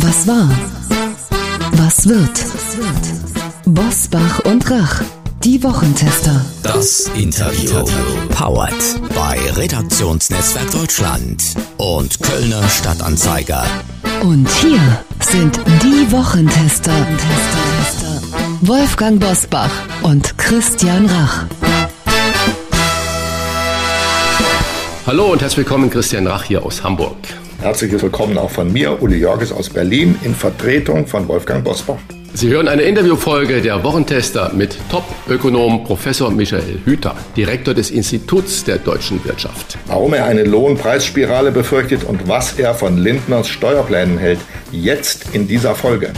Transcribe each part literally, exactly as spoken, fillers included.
Was war? Was wird? Bosbach und Rach, die Wochentester. Das Interview. Powered bei Redaktionsnetzwerk Deutschland und Kölner Stadtanzeiger. Und hier sind die Wochentester. Wolfgang Bosbach und Christian Rach. Hallo und herzlich willkommen, Christian Rach hier aus Hamburg. Herzliches Willkommen auch von mir, Uli Jörges aus Berlin, in Vertretung von Wolfgang Bosbach. Sie hören eine Interviewfolge der Wochentester mit Top-Ökonom Professor Michael Hüter, Direktor des Instituts der deutschen Wirtschaft. Warum er eine Lohnpreisspirale befürchtet und was er von Lindners Steuerplänen hält, jetzt in dieser Folge.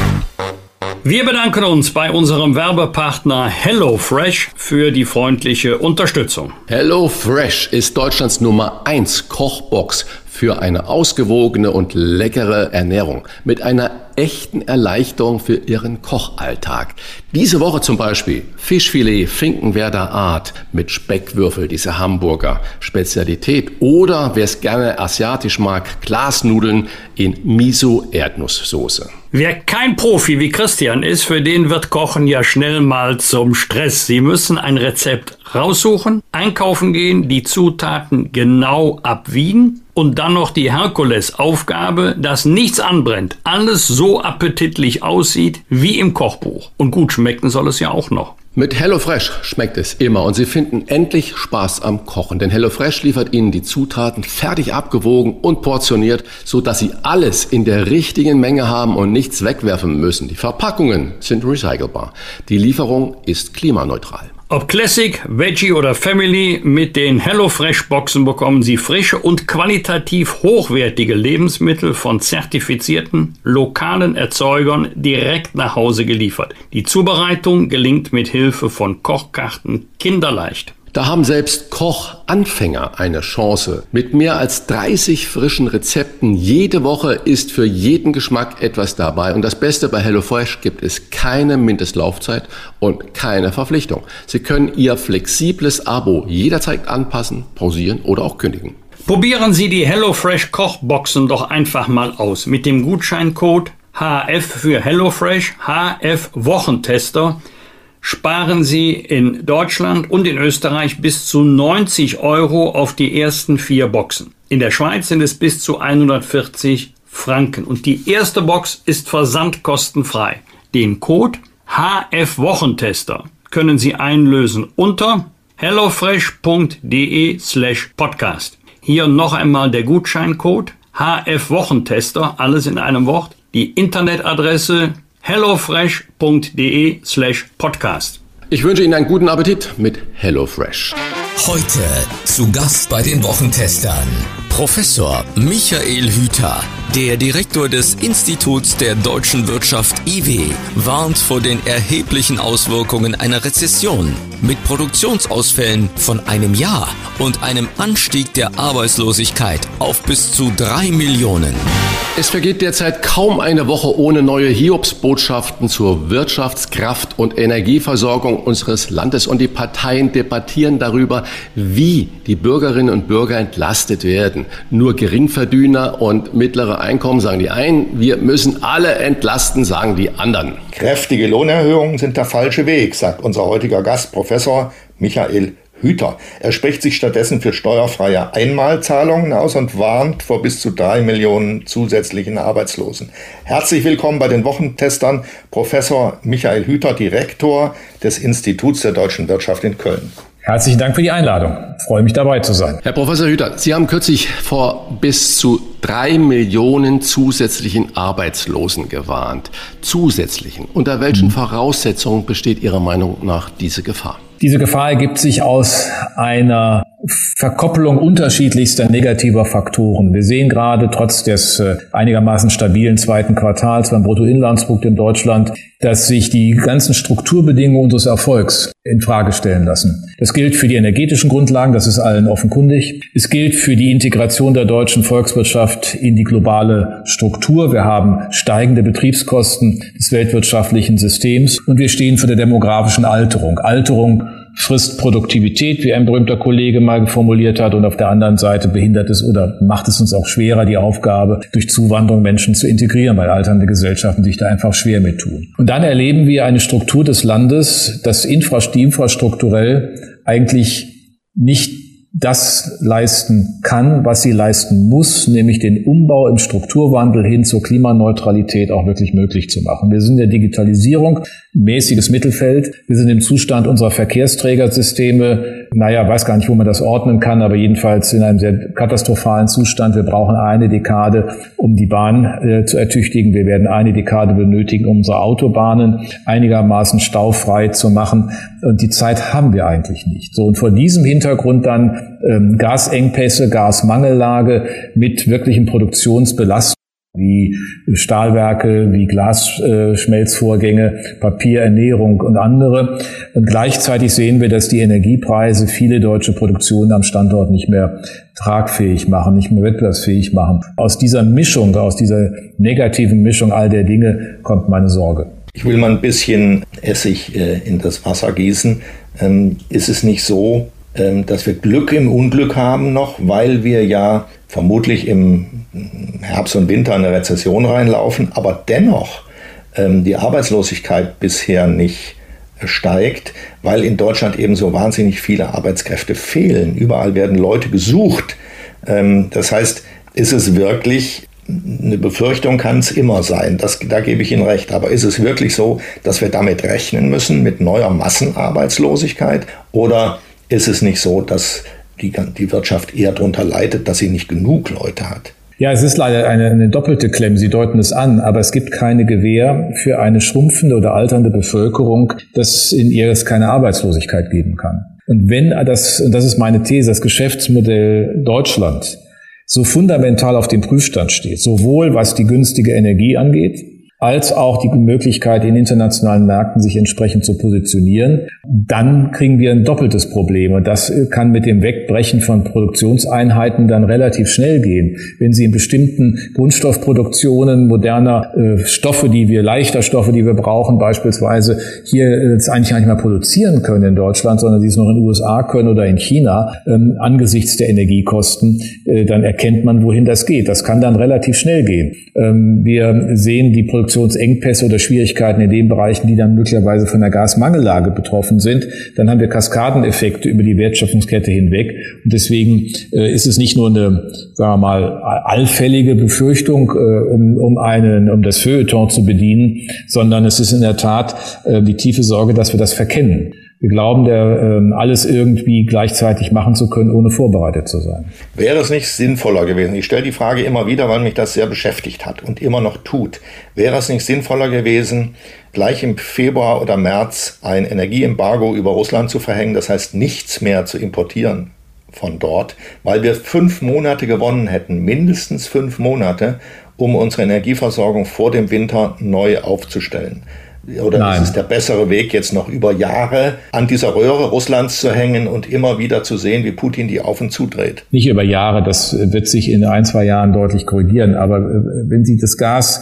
Wir bedanken uns bei unserem Werbepartner HelloFresh für die freundliche Unterstützung. HelloFresh ist Deutschlands Nummer eins Kochbox für eine ausgewogene und leckere Ernährung mit einer echten Erleichterung für Ihren Kochalltag. Diese Woche zum Beispiel Fischfilet Finkenwerder Art mit Speckwürfel, diese Hamburger Spezialität. Oder wer es gerne asiatisch mag, Glasnudeln in Miso-Erdnusssoße. Wer kein Profi wie Christian ist, für den wird Kochen ja schnell mal zum Stress. Sie müssen ein Rezept raussuchen, einkaufen gehen, die Zutaten genau abwiegen und dann noch die Herkulesaufgabe, dass nichts anbrennt, alles so appetitlich aussieht wie im Kochbuch. Und gut schmecken soll es ja auch noch. Mit HelloFresh schmeckt es immer und Sie finden endlich Spaß am Kochen. Denn HelloFresh liefert Ihnen die Zutaten fertig abgewogen und portioniert, sodass Sie alles in der richtigen Menge haben und nichts wegwerfen müssen. Die Verpackungen sind recycelbar. Die Lieferung ist klimaneutral. Ob Classic, Veggie oder Family, mit den HelloFresh-Boxen bekommen Sie frische und qualitativ hochwertige Lebensmittel von zertifizierten, lokalen Erzeugern direkt nach Hause geliefert. Die Zubereitung gelingt mit Hilfe von Kochkarten kinderleicht. Da haben selbst Kochanfänger eine Chance. Mit mehr als dreißig frischen Rezepten jede Woche ist für jeden Geschmack etwas dabei. Und das Beste, bei HelloFresh gibt es keine Mindestlaufzeit und keine Verpflichtung. Sie können Ihr flexibles Abo jederzeit anpassen, pausieren oder auch kündigen. Probieren Sie die HelloFresh Kochboxen doch einfach mal aus. Mit dem Gutscheincode H F für HelloFresh, H F Wochentester, sparen Sie in Deutschland und in Österreich bis zu neunzig Euro auf die ersten vier Boxen. In der Schweiz sind es bis zu hundertvierzig Franken. Und die erste Box ist versandkostenfrei. Den Code H F Wochentester können Sie einlösen unter hellofresh.de slash podcast. Hier noch einmal der Gutscheincode H F Wochentester, alles in einem Wort. Die Internetadresse hellofresh.de slash podcast. Ich wünsche Ihnen einen guten Appetit mit HelloFresh. Heute zu Gast bei den Wochentestern Professor Michael Hüter, der Direktor des Instituts der deutschen Wirtschaft I W, warnt vor den erheblichen Auswirkungen einer Rezession mit Produktionsausfällen von einem Jahr und einem Anstieg der Arbeitslosigkeit auf bis zu drei Millionen. Es vergeht derzeit kaum eine Woche ohne neue Hiobsbotschaften zur Wirtschaftskraft- und Energieversorgung unseres Landes. Und die Parteien debattieren darüber, wie die Bürgerinnen und Bürger entlastet werden. Nur Geringverdiener und mittlere Einkommen, sagen die einen. Wir müssen alle entlasten, sagen die anderen. Kräftige Lohnerhöhungen sind der falsche Weg, sagt unser heutiger Gast, Professor Michael Hüter. Er spricht sich stattdessen für steuerfreie Einmalzahlungen aus und warnt vor bis zu drei Millionen zusätzlichen Arbeitslosen. Herzlich willkommen bei den Wochentestern, Professor Michael Hüter, Direktor des Instituts der deutschen Wirtschaft in Köln. Herzlichen Dank für die Einladung. Ich freue mich, dabei zu sein. Herr Professor Hüter, Sie haben kürzlich vor bis zu drei Millionen zusätzlichen Arbeitslosen gewarnt. Zusätzlichen. Unter welchen mhm. Voraussetzungen besteht Ihrer Meinung nach diese Gefahr? Diese Gefahr ergibt sich aus einer Verkoppelung unterschiedlichster negativer Faktoren. Wir sehen gerade trotz des äh, einigermaßen stabilen zweiten Quartals beim Bruttoinlandsprodukt in Deutschland, dass sich die ganzen Strukturbedingungen unseres Erfolgs in Frage stellen lassen. Das gilt für die energetischen Grundlagen, das ist allen offenkundig. Es gilt für die Integration der deutschen Volkswirtschaft in die globale Struktur. Wir haben steigende Betriebskosten des weltwirtschaftlichen Systems und wir stehen vor der demografischen Alterung. Alterung frisst Produktivität, wie ein berühmter Kollege mal formuliert hat, und auf der anderen Seite behindert es oder macht es uns auch schwerer, die Aufgabe, durch Zuwanderung Menschen zu integrieren, weil alternde Gesellschaften sich da einfach schwer mit tun. Und dann erleben wir eine Struktur des Landes, das infra- die infrastrukturell eigentlich nicht das leisten kann, was sie leisten muss, nämlich den Umbau im Strukturwandel hin zur Klimaneutralität auch wirklich möglich zu machen. Wir sind in der Digitalisierung mäßiges Mittelfeld. Wir sind im Zustand unserer Verkehrsträgersysteme, naja, weiß gar nicht, wo man das ordnen kann, aber jedenfalls in einem sehr katastrophalen Zustand. Wir brauchen eine Dekade, um die Bahn äh, zu ertüchtigen. Wir werden eine Dekade benötigen, um unsere Autobahnen einigermaßen staufrei zu machen. Und die Zeit haben wir eigentlich nicht. So, und vor diesem Hintergrund dann ähm, Gasengpässe, Gasmangellage mit wirklichen Produktionsbelastungen wie Stahlwerke, wie Glasschmelzvorgänge, Papier, Ernährung und andere. Und gleichzeitig sehen wir, dass die Energiepreise viele deutsche Produktionen am Standort nicht mehr tragfähig machen, nicht mehr wettbewerbsfähig machen. Aus dieser Mischung, aus dieser negativen Mischung all der Dinge kommt meine Sorge. Ich will mal ein bisschen Essig äh, in das Wasser gießen. Ähm, ist es nicht so, ähm, dass wir Glück im Unglück haben noch, weil wir ja vermutlich im Herbst und Winter in eine Rezession reinlaufen, aber dennoch ähm, die Arbeitslosigkeit bisher nicht steigt, weil in Deutschland eben so wahnsinnig viele Arbeitskräfte fehlen. Überall werden Leute gesucht. Ähm, das heißt, ist es wirklich, eine Befürchtung kann es immer sein, das, da gebe ich Ihnen recht, aber ist es wirklich so, dass wir damit rechnen müssen, mit neuer Massenarbeitslosigkeit, oder ist es nicht so, dass die, die Wirtschaft eher darunter leidet, dass sie nicht genug Leute hat? Ja, es ist leider eine, eine doppelte Klemme. Sie deuten es an, aber es gibt keine Gewähr für eine schrumpfende oder alternde Bevölkerung, dass in ihr es keine Arbeitslosigkeit geben kann. Und wenn das, und das ist meine These, das Geschäftsmodell Deutschland so fundamental auf dem Prüfstand steht, sowohl was die günstige Energie angeht, als auch die Möglichkeit, in internationalen Märkten sich entsprechend zu positionieren, dann kriegen wir ein doppeltes Problem. Und das kann mit dem Wegbrechen von Produktionseinheiten dann relativ schnell gehen. Wenn Sie in bestimmten Grundstoffproduktionen moderner äh, Stoffe, die wir, leichter Stoffe, die wir brauchen, beispielsweise hier äh, eigentlich gar nicht mehr produzieren können in Deutschland, sondern sie es noch in den U S A können oder in China, ähm, angesichts der Energiekosten, äh, dann erkennt man, wohin das geht. Das kann dann relativ schnell gehen. Ähm, wir sehen die Produktion Produktionsengpässe oder Schwierigkeiten in den Bereichen, die dann möglicherweise von der Gasmangellage betroffen sind, dann haben wir Kaskadeneffekte über die Wertschöpfungskette hinweg. Und deswegen äh, ist es nicht nur eine, sagen wir mal, allfällige Befürchtung, äh, um, um, einen, um das Feuilleton zu bedienen, sondern es ist in der Tat äh, die tiefe Sorge, dass wir das verkennen. Wir glauben, der, äh, alles irgendwie gleichzeitig machen zu können, ohne vorbereitet zu sein. Wäre es nicht sinnvoller gewesen, ich stelle die Frage immer wieder, weil mich das sehr beschäftigt hat und immer noch tut, wäre es nicht sinnvoller gewesen, gleich im Februar oder März ein Energieembargo über Russland zu verhängen, das heißt nichts mehr zu importieren von dort, weil wir fünf Monate gewonnen hätten, mindestens fünf Monate, um unsere Energieversorgung vor dem Winter neu aufzustellen? Oder Nein. Ist es der bessere Weg, jetzt noch über Jahre an dieser Röhre Russlands zu hängen und immer wieder zu sehen, wie Putin die auf und zudreht? Nicht über Jahre, das wird sich in ein, zwei Jahren deutlich korrigieren. Aber wenn Sie das Gas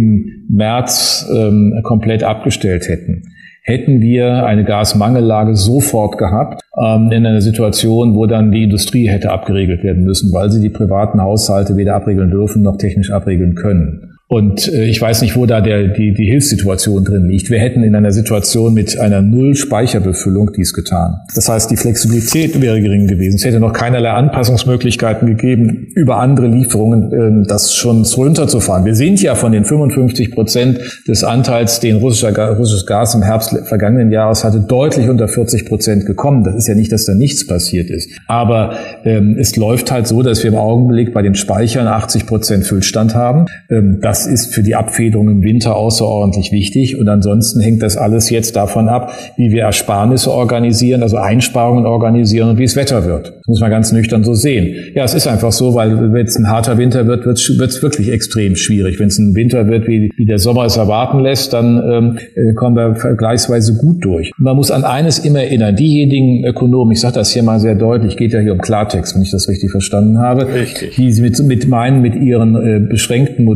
im März ähm, komplett abgestellt hätten, hätten wir eine Gasmangellage sofort gehabt, ähm, in einer Situation, wo dann die Industrie hätte abgeregelt werden müssen, weil sie die privaten Haushalte weder abregeln dürfen noch technisch abregeln können. Und äh, ich weiß nicht, wo da der, die, die Hilfssituation drin liegt. Wir hätten in einer Situation mit einer Null-Speicherbefüllung dies getan. Das heißt, die Flexibilität wäre gering gewesen. Es hätte noch keinerlei Anpassungsmöglichkeiten gegeben, über andere Lieferungen äh, das schon runterzufahren. Wir sind ja von den fünfundfünfzig Prozent des Anteils, den russischer, russisches Gas im Herbst vergangenen Jahres hatte, deutlich unter vierzig Prozent gekommen. Das ist ja nicht, dass da nichts passiert ist. Aber ähm, es läuft halt so, dass wir im Augenblick bei den Speichern achtzig Prozent Füllstand haben. Ähm, das ist für die Abfederung im Winter außerordentlich wichtig. Und ansonsten hängt das alles jetzt davon ab, wie wir Ersparnisse organisieren, also Einsparungen organisieren und wie es Wetter wird. Das muss man ganz nüchtern so sehen. Ja, es ist einfach so, weil wenn es ein harter Winter wird, wird es wirklich extrem schwierig. Wenn es ein Winter wird, wie, wie der Sommer es erwarten lässt, dann ähm, kommen wir vergleichsweise gut durch. Und man muss an eines immer erinnern. Diejenigen Ökonomen, ich sage das hier mal sehr deutlich, geht ja hier um Klartext, wenn ich das richtig verstanden habe, richtig. Die mit, mit meinen, mit ihren äh, beschränkten Modellen, ich sage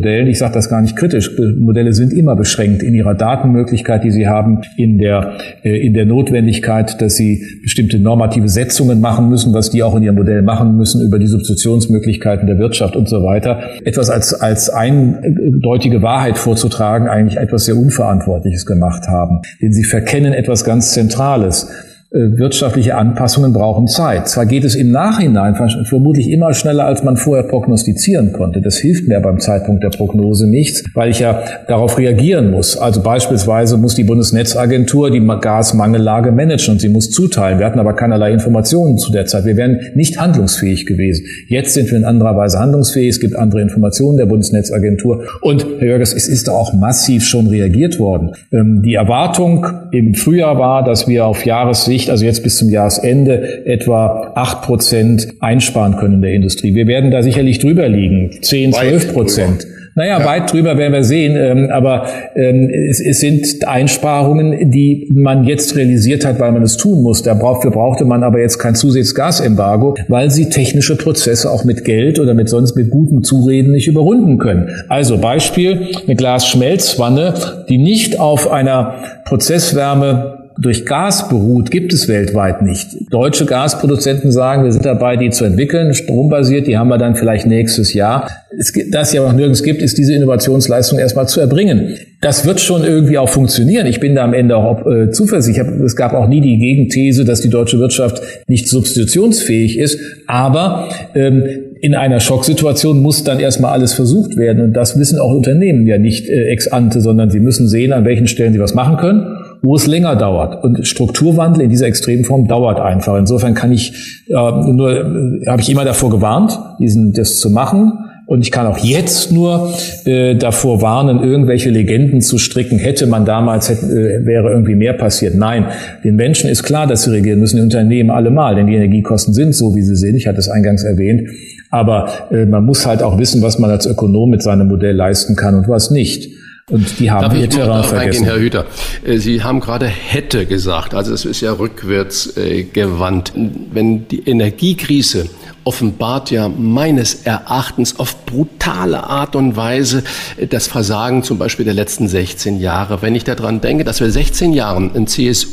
sage das gar nicht kritisch. Modelle sind immer beschränkt in ihrer Datenmöglichkeit, die sie haben, in der, in der Notwendigkeit, dass sie bestimmte normative Setzungen machen müssen, was die auch in ihrem Modell machen müssen, über die Substitutionsmöglichkeiten der Wirtschaft und so weiter. Etwas als, als eindeutige Wahrheit vorzutragen, eigentlich etwas sehr Unverantwortliches gemacht haben. Denn sie verkennen etwas ganz Zentrales. Wirtschaftliche Anpassungen brauchen Zeit. Zwar geht es im Nachhinein vermutlich immer schneller, als man vorher prognostizieren konnte. Das hilft mir beim Zeitpunkt der Prognose nichts, weil ich ja darauf reagieren muss. Also beispielsweise muss die Bundesnetzagentur die Gasmangellage managen und sie muss zuteilen. Wir hatten aber keinerlei Informationen zu der Zeit. Wir wären nicht handlungsfähig gewesen. Jetzt sind wir in anderer Weise handlungsfähig. Es gibt andere Informationen der Bundesnetzagentur. Und, Herr Jörges, es ist auch massiv schon reagiert worden. Die Erwartung im Frühjahr war, dass wir auf Jahressicht, also jetzt bis zum Jahresende, etwa acht Prozent einsparen können in der Industrie. Wir werden da sicherlich drüber liegen, zehn, zwölf Prozent. Naja, ja. Weit drüber werden wir sehen, ähm, aber ähm, es, es sind Einsparungen, die man jetzt realisiert hat, weil man es tun muss. Dafür brauchte man aber jetzt kein zusätzliches Gasembargo, weil sie technische Prozesse auch mit Geld oder mit sonst mit gutem Zureden nicht überrunden können. Also Beispiel, eine Glasschmelzwanne, die nicht auf einer Prozesswärme durch Gas beruht, gibt es weltweit nicht. Deutsche Gasproduzenten sagen, wir sind dabei, die zu entwickeln, strombasiert, die haben wir dann vielleicht nächstes Jahr. Es, das ja noch nirgends gibt, ist diese Innovationsleistung erstmal zu erbringen. Das wird schon irgendwie auch funktionieren. Ich bin da am Ende auch äh, zuversichtlich. Es gab auch nie die Gegenthese, dass die deutsche Wirtschaft nicht substitutionsfähig ist. Aber ähm, in einer Schocksituation muss dann erstmal alles versucht werden. Und das wissen auch Unternehmen ja nicht äh, ex ante, sondern sie müssen sehen, an welchen Stellen sie was machen können, wo es länger dauert. Und Strukturwandel in dieser extremen Form dauert einfach. Insofern kann ich äh, nur, äh, habe ich immer davor gewarnt, diesen das zu machen. Und ich kann auch jetzt nur äh, davor warnen, irgendwelche Legenden zu stricken. Hätte man damals, hätte, äh, wäre irgendwie mehr passiert. Nein, den Menschen ist klar, dass sie regieren müssen, die Unternehmen allemal, denn die Energiekosten sind so, wie sie sind. Ich hatte es eingangs erwähnt. Aber äh, man muss halt auch wissen, was man als Ökonom mit seinem Modell leisten kann und was nicht. Und die haben Darf ihr ich Terrain vergessen. Herr Hüter, Sie haben gerade hätte gesagt, also es ist ja rückwärts äh, gewandt. Wenn die Energiekrise offenbart ja meines Erachtens auf brutale Art und Weise das Versagen zum Beispiel der letzten sechzehn Jahre. Wenn ich daran denke, dass wir sechzehn Jahre einen C S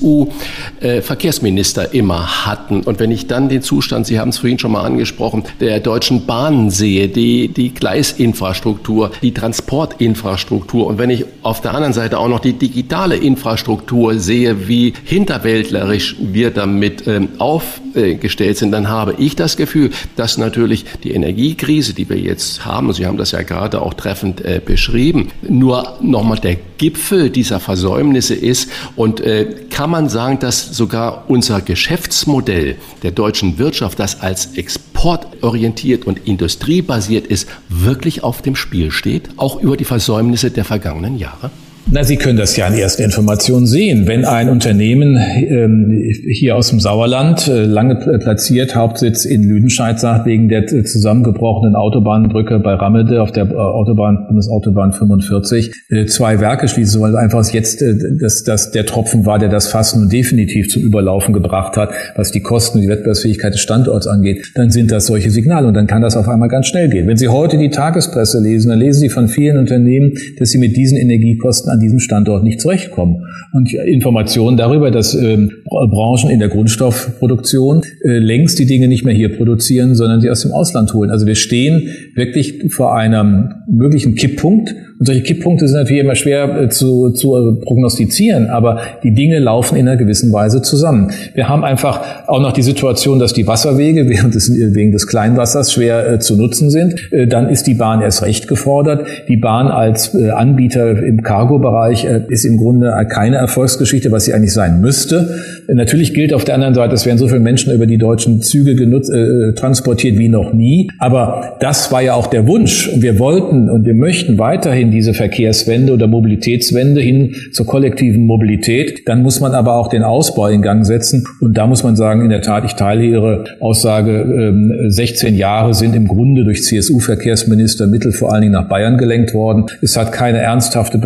U-Verkehrsminister immer hatten und wenn ich dann den Zustand, Sie haben es vorhin schon mal angesprochen, der Deutschen Bahn sehe, die, die Gleisinfrastruktur, die Transportinfrastruktur und wenn ich auf der anderen Seite auch noch die digitale Infrastruktur sehe, wie hinterwäldlerisch wir damit ähm, aufgestellt sind, dann habe ich das Gefühl, dass natürlich die Energiekrise, die wir jetzt haben, und Sie haben das ja gerade auch treffend äh, beschrieben, nur nochmal der Gipfel dieser Versäumnisse ist. Und äh, kann man sagen, dass sogar unser Geschäftsmodell der deutschen Wirtschaft, das als exportorientiert und industriebasiert ist, wirklich auf dem Spiel steht, auch über die Versäumnisse der vergangenen Jahre? Na, Sie können das ja an ersten Informationen sehen. Wenn ein Unternehmen ähm, hier aus dem Sauerland, äh, lange platziert, Hauptsitz in Lüdenscheid sagt, wegen der äh, zusammengebrochenen Autobahnbrücke bei Rammede auf der äh, Autobahn, Bundesautobahn fünfundvierzig, äh, zwei Werke schließen, weil einfach jetzt äh, das, das der Tropfen war, der das Fass nun definitiv zum Überlaufen gebracht hat, was die Kosten und die Wettbewerbsfähigkeit des Standorts angeht, dann sind das solche Signale und dann kann das auf einmal ganz schnell gehen. Wenn Sie heute die Tagespresse lesen, dann lesen Sie von vielen Unternehmen, dass sie mit diesen Energiekosten an diesem Standort nicht zurechtkommen. Und Informationen darüber, dass äh, Branchen in der Grundstoffproduktion äh, längst die Dinge nicht mehr hier produzieren, sondern sie aus dem Ausland holen. Also wir stehen wirklich vor einem möglichen Kipppunkt. Und solche Kipppunkte sind natürlich immer schwer äh, zu, zu äh, prognostizieren, aber die Dinge laufen in einer gewissen Weise zusammen. Wir haben einfach auch noch die Situation, dass die Wasserwege während des, wegen des Kleinwassers schwer äh, zu nutzen sind. Äh, dann ist die Bahn erst recht gefordert. Die Bahn als äh, Anbieter im Cargo-Bereich äh, ist im Grunde keine Erfolgsgeschichte, was sie eigentlich sein müsste. Äh, natürlich gilt auf der anderen Seite, es werden so viele Menschen über die deutschen Züge genutzt, äh, transportiert wie noch nie. Aber das war ja auch der Wunsch. Und wir wollten und wir möchten weiterhin diese Verkehrswende oder Mobilitätswende hin zur kollektiven Mobilität. Dann muss man aber auch den Ausbau in Gang setzen. Und da muss man sagen, in der Tat, ich teile Ihre Aussage, sechzehn Jahre sind im Grunde durch C S U-Verkehrsminister Mittel vor allen Dingen nach Bayern gelenkt worden. Es hat keine ernsthafte Befassung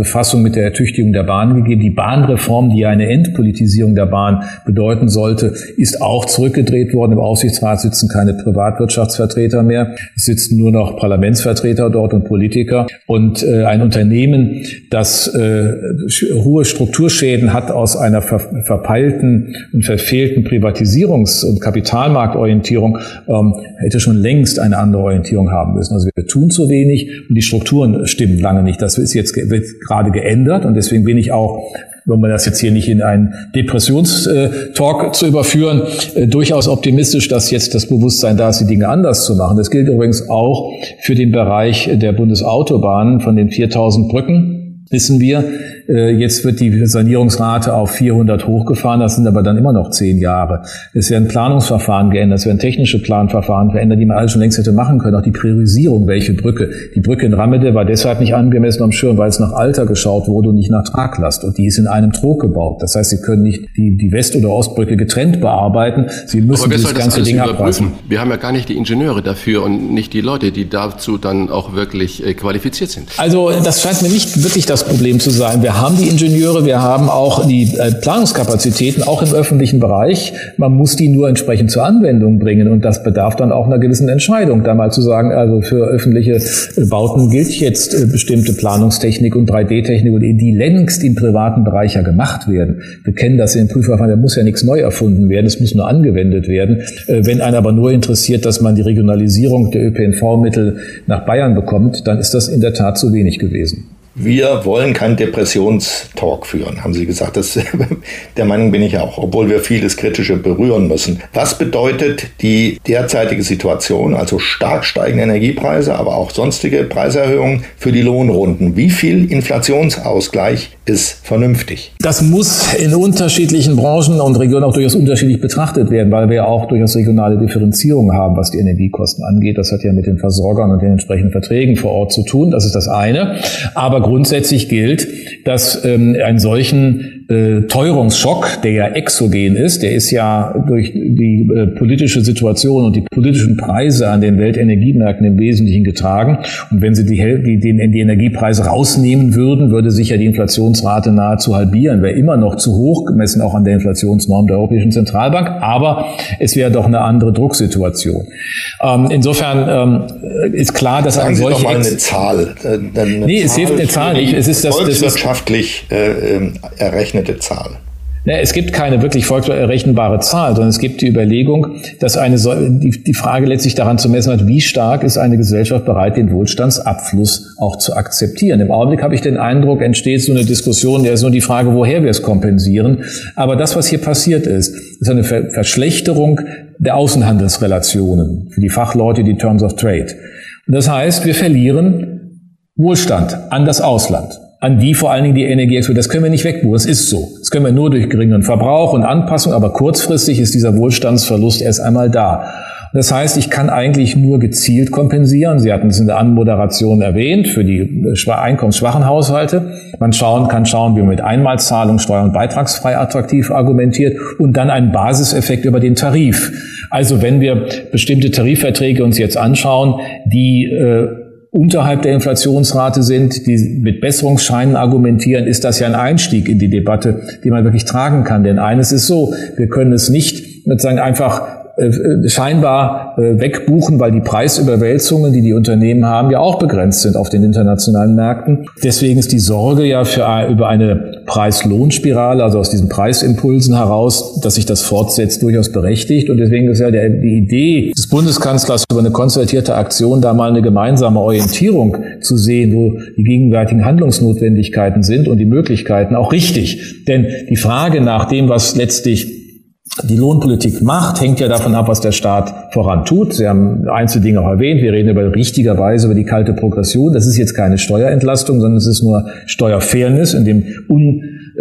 Belastung mit der Ertüchtigung der Bahn gegeben. Die Bahnreform, die ja eine Entpolitisierung der Bahn bedeuten sollte, ist auch zurückgedreht worden. Im Aufsichtsrat sitzen keine Privatwirtschaftsvertreter mehr. Es sitzen nur noch Parlamentsvertreter dort und Politiker. Und äh, ein Unternehmen, das äh, hohe Strukturschäden hat aus einer ver verpeilten und verfehlten Privatisierungs- und Kapitalmarktorientierung, ähm, hätte schon längst eine andere Orientierung haben müssen. Also wir tun zu wenig und die Strukturen stimmen lange nicht. Das ist jetzt wird gerade geändert und deswegen bin ich auch, wenn man das jetzt hier nicht in einen Depressionstalk zu überführen, äh, durchaus optimistisch, dass jetzt das Bewusstsein da ist, die Dinge anders zu machen. Das gilt übrigens auch für den Bereich der Bundesautobahnen. Von den viertausend Brücken wissen wir, äh, jetzt wird die Sanierungsrate auf vierhundert hochgefahren, das sind aber dann immer noch zehn Jahre. Es werden Planungsverfahren geändert, es werden technische Planverfahren verändert, die man alles schon längst hätte machen können. Auch die Priorisierung, welche Brücke. Die Brücke in Rammede war deshalb nicht angemessen am Schirm, weil es nach Alter geschaut wurde und nicht nach Traglast. Und die ist in einem Trog gebaut. Das heißt, Sie können nicht die, die West- oder Ostbrücke getrennt bearbeiten. Sie müssen aber das ganze das Ding überprüfen? abreißen. Wir haben ja gar nicht die Ingenieure dafür und nicht die Leute, die dazu dann auch wirklich äh, qualifiziert sind. Also das scheint mir nicht wirklich das Problem zu sein. Wir haben die Ingenieure, wir haben auch die äh, Planungskapazitäten, auch im öffentlichen Bereich. Man muss die nur entsprechend zur Anwendung bringen und das bedarf dann auch einer gewissen Entscheidung, da mal zu sagen, also für öffentliche äh, Bauten gilt jetzt äh, bestimmte Planungstechnik und drei D-Technik und die längst im privaten Bereich ja gemacht werden. Wir kennen das in den Prüfverfahren, da muss ja nichts neu erfunden werden, es muss nur angewendet werden. Äh, wenn einen aber nur interessiert, dass man die Regionalisierung der Ö P N V-Mittel nach Bayern bekommt, dann ist das in der Tat zu wenig gewesen. Wir wollen keinen Depressionstalk führen, haben Sie gesagt. Das, der Meinung bin ich auch, obwohl wir vieles Kritische berühren müssen. Was bedeutet die derzeitige Situation, also stark steigende Energiepreise, aber auch sonstige Preiserhöhungen für die Lohnrunden? Wie viel Inflationsausgleich ist vernünftig? Das muss in unterschiedlichen Branchen und Regionen auch durchaus unterschiedlich betrachtet werden, weil wir ja auch durchaus regionale Differenzierungen haben, was die Energiekosten angeht. Das hat ja mit den Versorgern und den entsprechenden Verträgen vor Ort zu tun. Das ist das eine. Aber grundsätzlich gilt, dass ähm, einen solchen äh, Teuerungsschock, der ja exogen ist, der ist ja durch die äh, politische Situation und die politischen Preise an den Weltenergiemärkten im Wesentlichen getragen. Und wenn Sie die, die, die, die Energiepreise rausnehmen würden, würde sich ja die Inflationsrate nahezu halbieren. Wäre immer noch zu hoch, gemessen auch an der Inflationsnorm der Europäischen Zentralbank. Aber es wäre doch eine andere Drucksituation. Ähm, insofern ähm, ist klar, dass ein solches... Sagen Sie doch mal eine Zahl. Äh, eine nee, Zahl es hilft eine Zahl nicht. Es ist das, volkswirtschaftlich das ist, äh, errechnete Zahl. Ja, es gibt keine wirklich volksrechenbare Zahl, sondern es gibt die Überlegung, dass eine die, die Frage letztlich daran zu messen hat, wie stark ist eine Gesellschaft bereit, den Wohlstandsabfluss auch zu akzeptieren. Im Augenblick habe ich den Eindruck, entsteht so eine Diskussion, der ist nur die Frage, woher wir es kompensieren. Aber das, was hier passiert ist, ist eine Ver- Verschlechterung der Außenhandelsrelationen, für die Fachleute die Terms of Trade. Und das heißt, wir verlieren Wohlstand an das Ausland, an die vor allen Dingen die Energieexporte. Das können wir nicht wegbuchen, das ist so. Das können wir nur durch geringeren Verbrauch und Anpassung, aber kurzfristig ist dieser Wohlstandsverlust erst einmal da. Das heißt, ich kann eigentlich nur gezielt kompensieren. Sie hatten es in der Anmoderation erwähnt, für die einkommensschwachen Haushalte. Man schauen, kann schauen, wie man mit Einmalzahlung, steuer- und beitragsfrei attraktiv argumentiert und dann einen Basiseffekt über den Tarif. Also wenn wir bestimmte Tarifverträge uns jetzt anschauen, die äh, unterhalb der Inflationsrate sind, die mit Besserungsscheinen argumentieren, ist das ja ein Einstieg in die Debatte, den man wirklich tragen kann. Denn eines ist so, wir können es nicht sozusagen einfach äh, scheinbar äh, wegbuchen, weil die Preisüberwälzungen, die die Unternehmen haben, ja auch begrenzt sind auf den internationalen Märkten. Deswegen ist die Sorge ja für über eine Preis-Lohn-Spirale, also aus diesen Preisimpulsen heraus, dass sich das fortsetzt, durchaus berechtigt. Und deswegen ist ja der, die Idee des Bundeskanzlers über eine konzertierte Aktion, da mal eine gemeinsame Orientierung zu sehen, wo die gegenwärtigen Handlungsnotwendigkeiten sind und die Möglichkeiten, auch richtig. Denn die Frage nach dem, was letztlich die Lohnpolitik macht, hängt ja davon ab, was der Staat voran tut. Sie haben einzelne Dinge auch erwähnt. Wir reden über richtigerweise über die kalte Progression. Das ist jetzt keine Steuerentlastung, sondern es ist nur Steuerfairness, in dem un,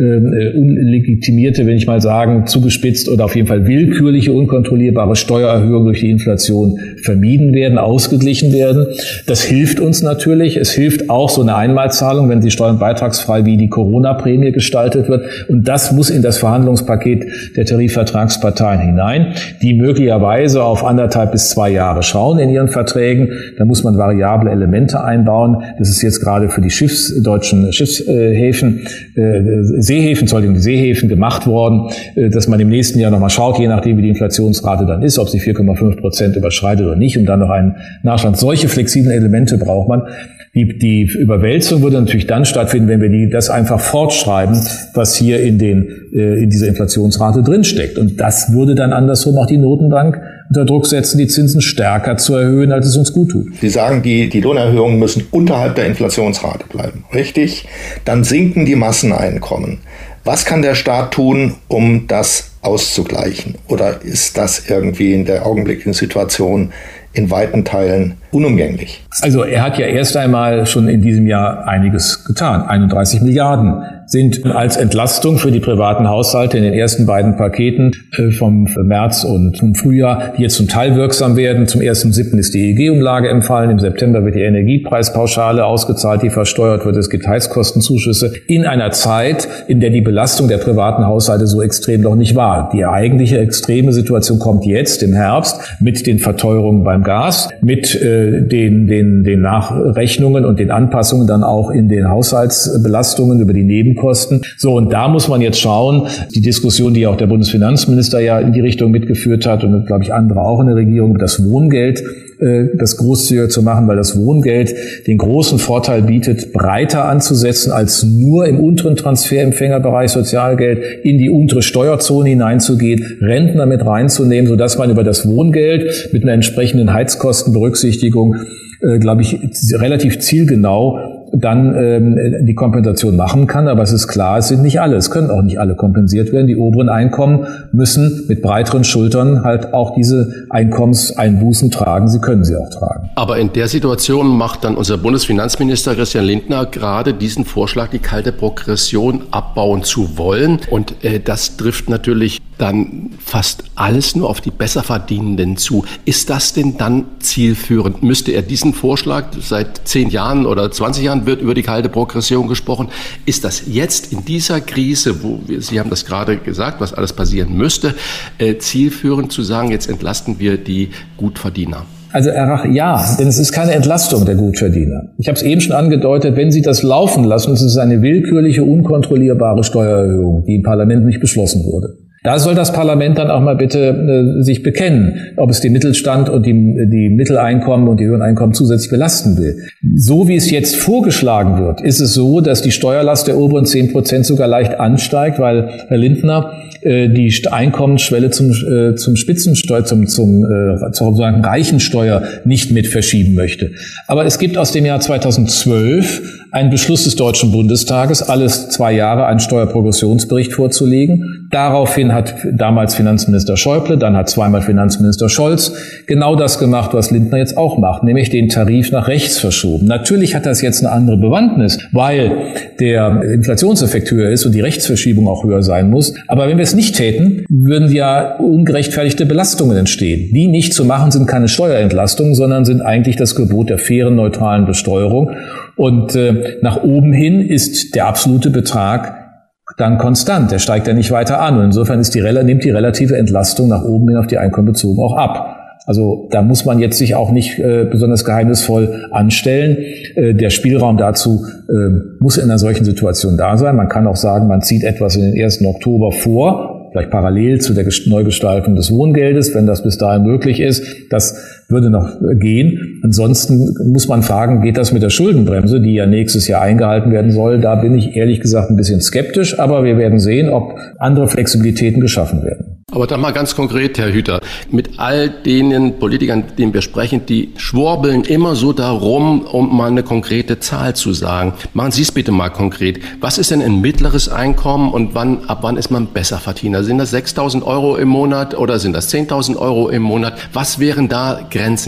äh, unlegitimierte, wenn ich mal sagen, zugespitzt oder auf jeden Fall willkürliche, unkontrollierbare Steuererhöhungen durch die Inflation vermieden werden, ausgeglichen werden. Das hilft uns natürlich. Es hilft auch so eine Einmalzahlung, wenn sie steuernbeitragsfrei wie die Corona-Prämie gestaltet wird. Und das muss in das Verhandlungspaket der Tarifvertragsparteien hinein, die möglicherweise auf anderthalb bis zwei Jahre schauen in ihren Verträgen. Da muss man variable Elemente einbauen. Das ist jetzt gerade für die Schiffs, deutschen Schiffshäfen, äh, Seehäfen, Entschuldigung, die Seehäfen gemacht worden, äh, dass man im nächsten Jahr nochmal schaut, je nachdem wie die Inflationsrate dann ist, ob sie vier Komma fünf Prozent überschreitet oder nicht, und dann noch einen Nachschlag. Solche flexiblen Elemente braucht man. Die, die Überwälzung würde natürlich dann stattfinden, wenn wir die, das einfach fortschreiben, was hier in den, äh, in dieser Inflationsrate drinsteckt. Und das würde dann andersrum auch die Notenbank unter Druck setzen, die Zinsen stärker zu erhöhen, als es uns gut tut. Sie sagen, die, die Lohnerhöhungen müssen unterhalb der Inflationsrate bleiben. Richtig? Dann sinken die Masseneinkommen. Was kann der Staat tun, um das auszugleichen? Oder ist das irgendwie in der augenblicklichen Situation in weiten Teilen unumgänglich? Also er hat ja erst einmal schon in diesem Jahr einiges getan. einunddreißig Milliarden sind als Entlastung für die privaten Haushalte in den ersten beiden Paketen vom März und vom Frühjahr, die jetzt zum Teil wirksam werden. Zum ersten siebten ist die E E G-Umlage empfallen. Im September wird die Energiepreispauschale ausgezahlt, die versteuert wird. Es gibt Heizkostenzuschüsse in einer Zeit, in der die Belastung der privaten Haushalte so extrem noch nicht war. Die eigentliche extreme Situation kommt jetzt im Herbst mit den Verteuerungen beim Gas, mit äh, den, den, den Nachrechnungen und den Anpassungen dann auch in den Haushaltsbelastungen über die Nebenkosten. So, und da muss man jetzt schauen, die Diskussion, die auch der Bundesfinanzminister ja in die Richtung mitgeführt hat und, glaube ich, andere auch in der Regierung, das Wohngeld, äh, das großzügiger zu machen, weil das Wohngeld den großen Vorteil bietet, breiter anzusetzen, als nur im unteren Transferempfängerbereich Sozialgeld in die untere Steuerzone hineinzugehen, Rentner mit reinzunehmen, sodass man über das Wohngeld mit einer entsprechenden Heizkostenberücksichtigung, äh, glaube ich, relativ zielgenau dann ähm, die Kompensation machen kann. Aber es ist klar, es sind nicht alle. Es können auch nicht alle kompensiert werden. Die oberen Einkommen müssen mit breiteren Schultern halt auch diese Einkommenseinbußen tragen. Sie können sie auch tragen. Aber in der Situation macht dann unser Bundesfinanzminister Christian Lindner gerade diesen Vorschlag, die kalte Progression abbauen zu wollen. Und äh, das trifft natürlich dann fast alles nur auf die Besserverdienenden zu. Ist das denn dann zielführend? Müsste er diesen Vorschlag, seit zehn Jahren oder zwanzig Jahren wird über die kalte Progression gesprochen, ist das jetzt in dieser Krise, wo wir, Sie haben das gerade gesagt, was alles passieren müsste, äh, zielführend zu sagen, jetzt entlasten wir die Gutverdiener? Also ja, denn es ist keine Entlastung der Gutverdiener. Ich habe es eben schon angedeutet, wenn Sie das laufen lassen, es ist eine willkürliche, unkontrollierbare Steuererhöhung, die im Parlament nicht beschlossen wurde. Da soll das Parlament dann auch mal bitte äh, sich bekennen, ob es den Mittelstand und die, die Mitteleinkommen und die höheren Einkommen zusätzlich belasten will. So wie es jetzt vorgeschlagen wird, ist es so, dass die Steuerlast der oberen zehn Prozent sogar leicht ansteigt, weil Herr Lindner äh, die Einkommensschwelle zum, äh, zum Spitzensteuer, zum, zum äh, zur sozusagen Reichensteuer nicht mit verschieben möchte. Aber es gibt aus dem Jahr zweitausendzwölf einen Beschluss des Deutschen Bundestages, alles zwei Jahre einen Steuerprogressionsbericht vorzulegen. Daraufhin hat damals Finanzminister Schäuble, dann hat zweimal Finanzminister Scholz genau das gemacht, was Lindner jetzt auch macht, nämlich den Tarif nach rechts verschoben. Natürlich hat das jetzt eine andere Bewandtnis, weil der Inflationseffekt höher ist und die Rechtsverschiebung auch höher sein muss. Aber wenn wir es nicht täten, würden ja ungerechtfertigte Belastungen entstehen. Die nicht zu machen sind keine Steuerentlastungen, sondern sind eigentlich das Gebot der fairen, neutralen Besteuerung. Und äh, nach oben hin ist der absolute Betrag dann konstant. Der steigt ja nicht weiter an. Und insofern ist die, nimmt die relative Entlastung nach oben hin auf die Einkommen bezogen auch ab. Also da muss man jetzt sich auch nicht äh, besonders geheimnisvoll anstellen. Äh, der Spielraum dazu äh, muss in einer solchen Situation da sein. Man kann auch sagen, man zieht etwas in den ersten Oktober vor, vielleicht parallel zu der Neugestaltung des Wohngeldes, wenn das bis dahin möglich ist. Das würde noch gehen. Ansonsten muss man fragen, geht das mit der Schuldenbremse, die ja nächstes Jahr eingehalten werden soll? Da bin ich ehrlich gesagt ein bisschen skeptisch, aber wir werden sehen, ob andere Flexibilitäten geschaffen werden. Aber dann mal ganz konkret, Herr Hüter, mit all denen Politikern, mit denen wir sprechen, die schwurbeln immer so darum, um mal eine konkrete Zahl zu sagen. Machen Sie es bitte mal konkret. Was ist denn ein mittleres Einkommen und wann, ab wann ist man Besserverdiener? Sind das sechstausend Euro im Monat oder sind das zehntausend Euro im Monat? Was wären da Grenzen?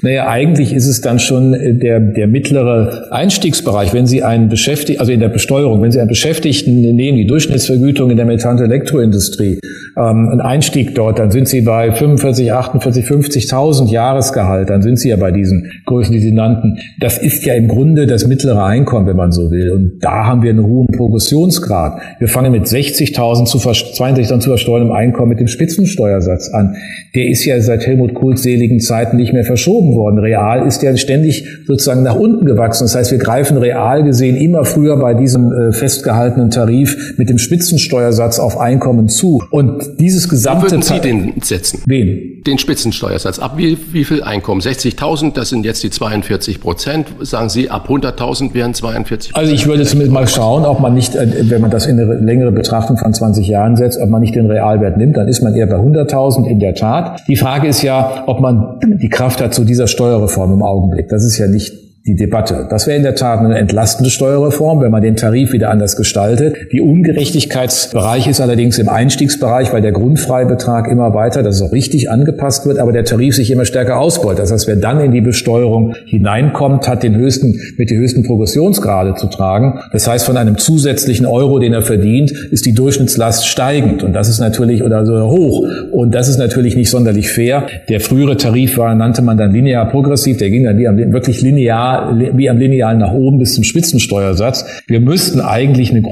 Naja, eigentlich ist es dann schon der, der mittlere Einstiegsbereich. Wenn Sie einen Beschäftigten, also in der Besteuerung, wenn Sie einen Beschäftigten nehmen, die Durchschnittsvergütung in der Metall- und Elektroindustrie, ähm, ein Einstieg dort, dann sind Sie bei fünfundvierzig, achtundvierzig, fünfzigtausend Jahresgehalt, dann sind Sie ja bei diesen Größen, die Sie nannten. Das ist ja im Grunde das mittlere Einkommen, wenn man so will. Und da haben wir einen hohen Progressionsgrad. Wir fangen mit sechzigtausend zu zweiundsechzigtausend zu versteuerndem Einkommen mit dem Spitzensteuersatz an. Der ist ja seit Helmut Kohls seligen Zeiten nicht mehr verschoben worden. Real ist ja ständig sozusagen nach unten gewachsen. Das heißt, wir greifen real gesehen immer früher bei diesem äh, festgehaltenen Tarif mit dem Spitzensteuersatz auf Einkommen zu. Und dieses gesamte... Wo würden Sie den setzen? Wen? Den Spitzensteuersatz. Ab wie, wie viel Einkommen? sechzigtausend, das sind jetzt die zweiundvierzig Prozent. Sagen Sie, ab hunderttausend wären zweiundvierzig Prozent? Also ich würde zumindest mal schauen, ob man nicht, wenn man das in eine längere Betrachtung von zwanzig Jahren setzt, ob man nicht den Realwert nimmt, dann ist man eher bei hunderttausend in der Tat. Die Frage ist ja, ob man die Kraft hat zu dieser Steuerreform im Augenblick. Das ist ja nicht die Debatte. Das wäre in der Tat eine entlastende Steuerreform, wenn man den Tarif wieder anders gestaltet. Die Ungerechtigkeitsbereich ist allerdings im Einstiegsbereich, weil der Grundfreibetrag immer weiter, das ist auch richtig, angepasst wird, aber der Tarif sich immer stärker ausbeult. Das heißt, wer dann in die Besteuerung hineinkommt, hat den höchsten, mit den höchsten Progressionsgrade zu tragen. Das heißt, von einem zusätzlichen Euro, den er verdient, ist die Durchschnittslast steigend. Und das ist natürlich, oder so hoch. Und das ist natürlich nicht sonderlich fair. Der frühere Tarif war, nannte man dann linear progressiv. Der ging dann wie am, wirklich linear wie am Linealen nach oben bis zum Spitzensteuersatz. Wir müssten eigentlich eine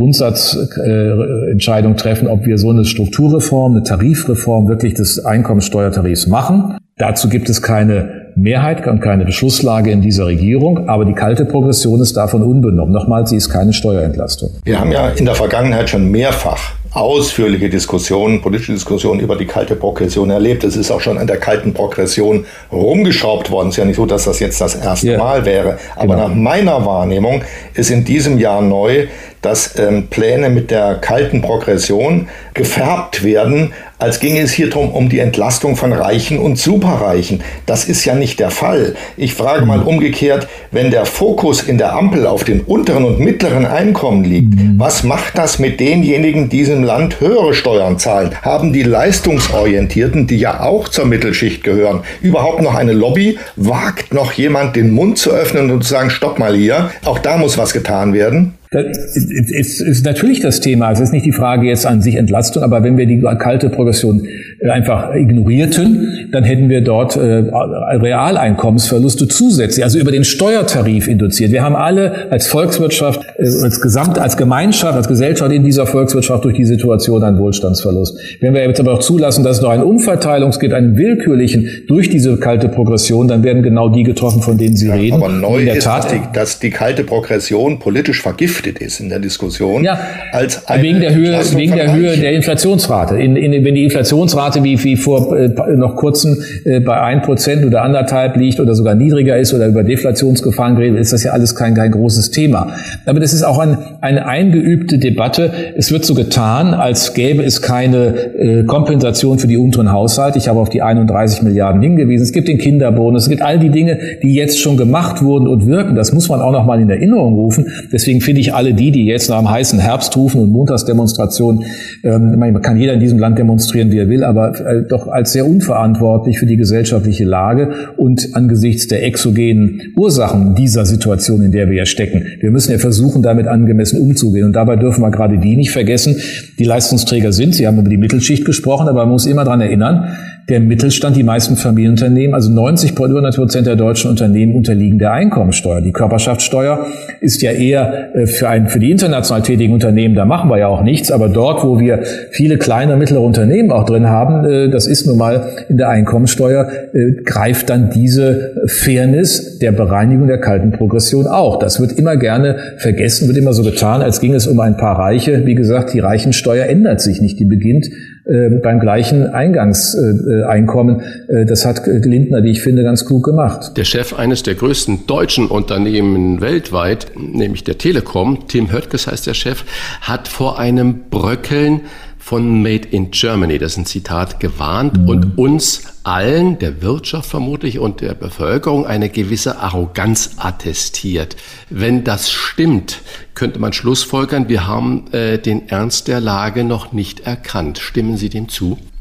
Grundsatzentscheidung treffen, ob wir so eine Strukturreform, eine Tarifreform wirklich des Einkommensteuertarifs machen. Dazu gibt es keine Mehrheit und keine Beschlusslage in dieser Regierung, aber die kalte Progression ist davon unbenommen. Nochmals, sie ist keine Steuerentlastung. Wir haben ja in der Vergangenheit schon mehrfach ausführliche Diskussionen, politische Diskussionen über die kalte Progression erlebt. Es ist auch schon an der kalten Progression rumgeschraubt worden. Es ist ja nicht so, dass das jetzt das erste ja. Mal wäre. Aber genau. Nach meiner Wahrnehmung ist in diesem Jahr neu, dass ähm, Pläne mit der kalten Progression gefärbt werden, als ginge es hier drum um die Entlastung von Reichen und Superreichen. Das ist ja nicht der Fall. Ich frage mal umgekehrt, wenn der Fokus in der Ampel auf den unteren und mittleren Einkommen liegt, mhm. was macht das mit denjenigen, die diesem Land höhere Steuern zahlen? Haben die Leistungsorientierten, die ja auch zur Mittelschicht gehören, überhaupt noch eine Lobby? Wagt noch jemand den Mund zu öffnen und zu sagen, stopp mal hier, auch da muss was getan werden? Das ist, ist natürlich das Thema. Es ist nicht die Frage jetzt an sich Entlastung, aber wenn wir die kalte Progression einfach ignorierten, dann hätten wir dort äh, Realeinkommensverluste zusätzlich, also über den Steuertarif induziert. Wir haben alle als Volkswirtschaft, äh, als Gesamt, als Gemeinschaft, als Gesellschaft in dieser Volkswirtschaft durch die Situation einen Wohlstandsverlust. Wenn wir jetzt aber auch zulassen, dass es noch eine Umverteilung gibt, einen willkürlichen durch diese kalte Progression, dann werden genau die getroffen, von denen Sie ja, reden. Aber neu in der ist, Tat, dass, die, dass die kalte Progression politisch vergiftet ist in der Diskussion. Ja, als eine wegen der Höhe, wegen der Höhe der Inflationsrate. In, in, wenn die Inflationsrate wie, wie vor äh, noch kurzem äh, bei ein Prozent oder anderthalb liegt oder sogar niedriger ist oder über Deflationsgefahren geredet, ist das ja alles kein, kein großes Thema. Aber das ist auch ein, eine eingeübte Debatte. Es wird so getan, als gäbe es keine äh, Kompensation für die unteren Haushalte. Ich habe auf die einunddreißig Milliarden hingewiesen. Es gibt den Kinderbonus, es gibt all die Dinge, die jetzt schon gemacht wurden und wirken. Das muss man auch noch mal in Erinnerung rufen. Deswegen finde ich alle die, die jetzt nach dem heißen Herbst rufen und Montagsdemonstrationen, ähm, man kann jeder in diesem Land demonstrieren, wie er will, aber äh, doch als sehr unverantwortlich für die gesellschaftliche Lage und angesichts der exogenen Ursachen dieser Situation, in der wir ja stecken. Wir müssen ja versuchen, damit angemessen umzugehen. Und dabei dürfen wir gerade die nicht vergessen, die Leistungsträger sind. Sie haben über die Mittelschicht gesprochen, aber man muss immer daran erinnern, der Mittelstand, die meisten Familienunternehmen, also neunzig Prozent der deutschen Unternehmen unterliegen der Einkommensteuer. Die Körperschaftssteuer ist ja eher äh, für ein, für die international tätigen Unternehmen, da machen wir ja auch nichts, aber dort, wo wir viele kleine und mittlere Unternehmen auch drin haben, äh, das ist nun mal in der Einkommensteuer, äh, greift dann diese Fairness der Bereinigung der kalten Progression auch. Das wird immer gerne vergessen, wird immer so getan, als ging es um ein paar Reiche. Wie gesagt, die Reichensteuer ändert sich nicht, die beginnt äh, beim gleichen Eingangseinkommen. Äh, das hat Lindner, wie ich finde, ganz klug gemacht. Der Chef eines der größten deutschen Unternehmen weltweit, nämlich der Telekom, Tim Höttges heißt der Chef, hat vor einem Bröckeln von Made in Germany, das ist ein Zitat, gewarnt mhm. und uns allen, der Wirtschaft vermutlich und der Bevölkerung, eine gewisse Arroganz attestiert. Wenn das stimmt, könnte man schlussfolgern, wir haben äh, den Ernst der Lage noch nicht erkannt. Stimmen Sie dem zu?